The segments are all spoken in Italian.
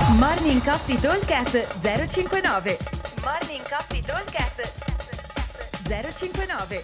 Morning Coffee Talkcast 059. Morning Coffee Talkcast 059.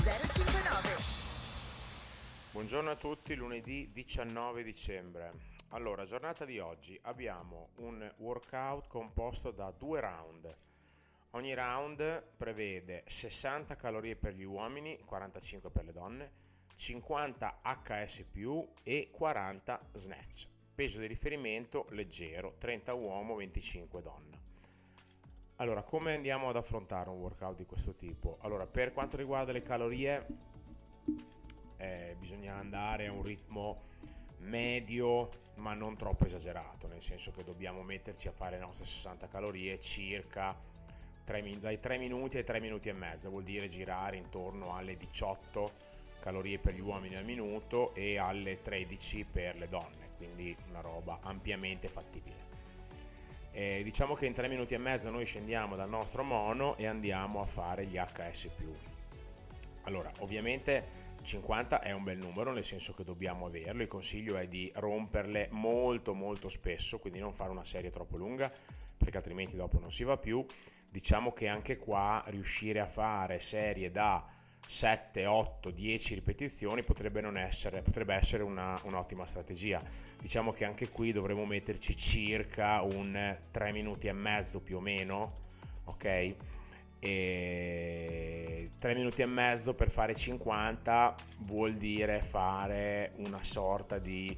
Buongiorno a tutti, lunedì 19 dicembre. Allora, giornata di oggi abbiamo un workout composto da 2 round. Ogni round prevede 60 calorie per gli uomini, 45 per le donne, 50 HS+, e 40 snatch. Peso di riferimento leggero, 30 uomo, 25 donna. Allora, come andiamo ad affrontare un workout di questo tipo? Allora, per quanto riguarda le calorie, bisogna andare a un ritmo medio, ma non troppo esagerato, nel senso che dobbiamo metterci a fare le nostre 60 calorie circa dai 3 minuti ai 3 minuti e mezzo, vuol dire girare intorno alle 18 calorie per gli uomini al minuto e alle 13 per le donne, quindi una roba ampiamente fattibile. Diciamo che in 3 minuti e mezzo noi scendiamo dal nostro mono e andiamo a fare gli HS+. Allora, ovviamente 50 è un bel numero, nel senso che dobbiamo averlo. Il consiglio è di romperle molto molto spesso, quindi non fare una serie troppo lunga, perché altrimenti dopo non si va più. Diciamo che anche qua riuscire a fare serie da 7, 8, 10 ripetizioni potrebbe essere un'ottima strategia. Diciamo che anche qui dovremo metterci circa un 3 minuti e mezzo più o meno, ok? E 3 minuti e mezzo per fare 50 vuol dire fare una sorta di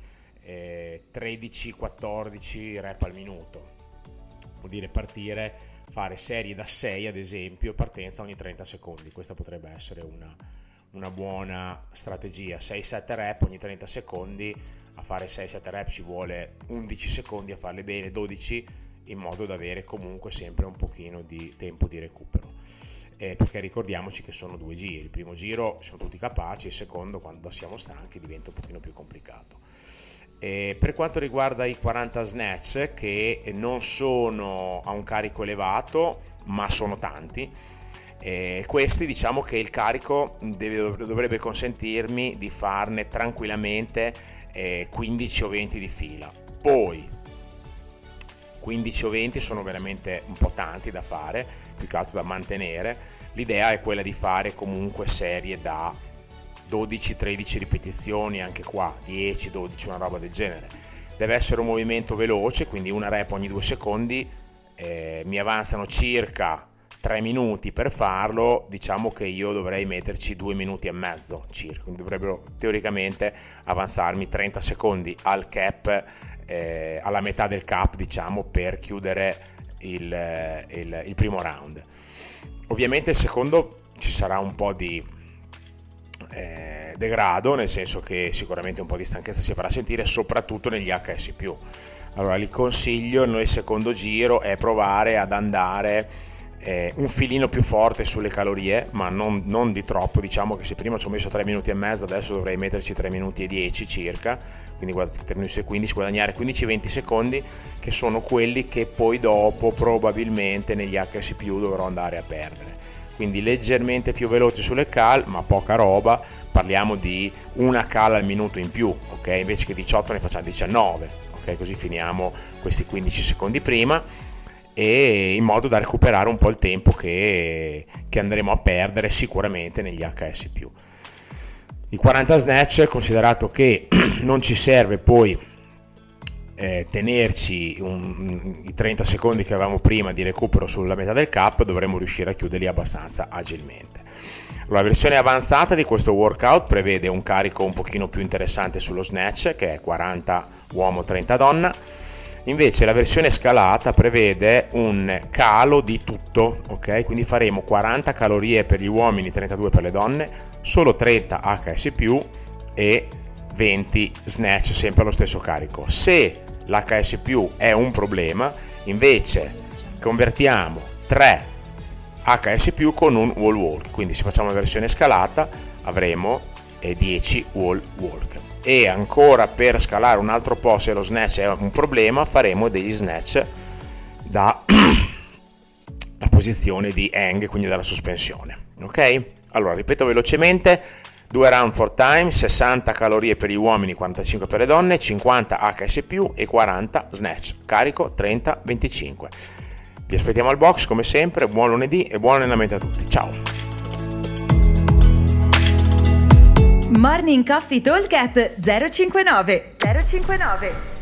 13-14 rep al minuto, vuol dire partire, fare serie da 6 ad esempio, partenza ogni 30 secondi. Questa potrebbe essere una buona strategia. 6-7 rep ogni 30 secondi. A fare 6-7 rep ci vuole 11 secondi, a farle bene 12, in modo da avere comunque sempre un pochino di tempo di recupero, perché ricordiamoci che sono 2 giri. Il primo giro siamo tutti capaci, il secondo, quando siamo stanchi, diventa un pochino più complicato. Per quanto riguarda i 40 snatch, che non sono a un carico elevato ma sono tanti, questi, diciamo che il carico dovrebbe consentirmi di farne tranquillamente 15 o 20 di fila. Poi 15 o 20 sono veramente un po' tanti da fare, più che altro da mantenere. L'idea è quella di fare comunque serie da 12-13 ripetizioni, anche qua 10-12, una roba del genere. Deve essere un movimento veloce, quindi una rep ogni 2 secondi. Mi avanzano circa 3 minuti per farlo. Diciamo che io dovrei metterci 2 minuti e mezzo circa, quindi dovrebbero teoricamente avanzarmi 30 secondi al cap, alla metà del cap, diciamo, per chiudere il primo round. Ovviamente il secondo ci sarà un po' di degrado, nel senso che sicuramente un po' di stanchezza si farà sentire, soprattutto negli HS+. Allora, il consiglio nel secondo giro è provare ad andare un filino più forte sulle calorie, ma non di troppo. Diciamo che se prima ci ho messo 3 minuti e mezzo, adesso dovrei metterci 3 minuti e 10 circa, quindi 3 minuti e 15, guadagnare 15-20 secondi, che sono quelli che poi dopo probabilmente negli HS+, dovrò andare a perdere. Quindi leggermente più veloci sulle cal, ma poca roba. Parliamo di una cal al minuto in più, ok? Invece che 18 ne facciamo 19, ok? Così finiamo questi 15 secondi prima, e in modo da recuperare un po' il tempo che andremo a perdere sicuramente negli HS+. I 40 snatch, considerato che non ci serve poi tenerci i 30 secondi che avevamo prima di recupero sulla metà del cap, dovremo riuscire a chiuderli abbastanza agilmente. La versione avanzata di questo workout prevede un carico un pochino più interessante sullo snatch, che è 40 uomo 30 donna. Invece la versione scalata prevede un calo di tutto, ok? Quindi faremo 40 calorie per gli uomini, 32 per le donne, solo 30 HS+, e 20 snatch, sempre allo stesso carico. Se l'HS+ è un problema, invece convertiamo 3 HS+ con un wall walk, quindi se facciamo la versione scalata avremo 10 wall walk. E ancora, per scalare un altro po', se lo snatch è un problema, faremo degli snatch da posizione di hang, quindi dalla sospensione, ok? Allora, ripeto velocemente: 2 round for time, 60 calorie per gli uomini, 45 per le donne, 50 HS+, e 40 snatch, carico 30-25. Vi aspettiamo al box come sempre, buon lunedì e buon allenamento a tutti, ciao! Morning Coffee Talk at 059.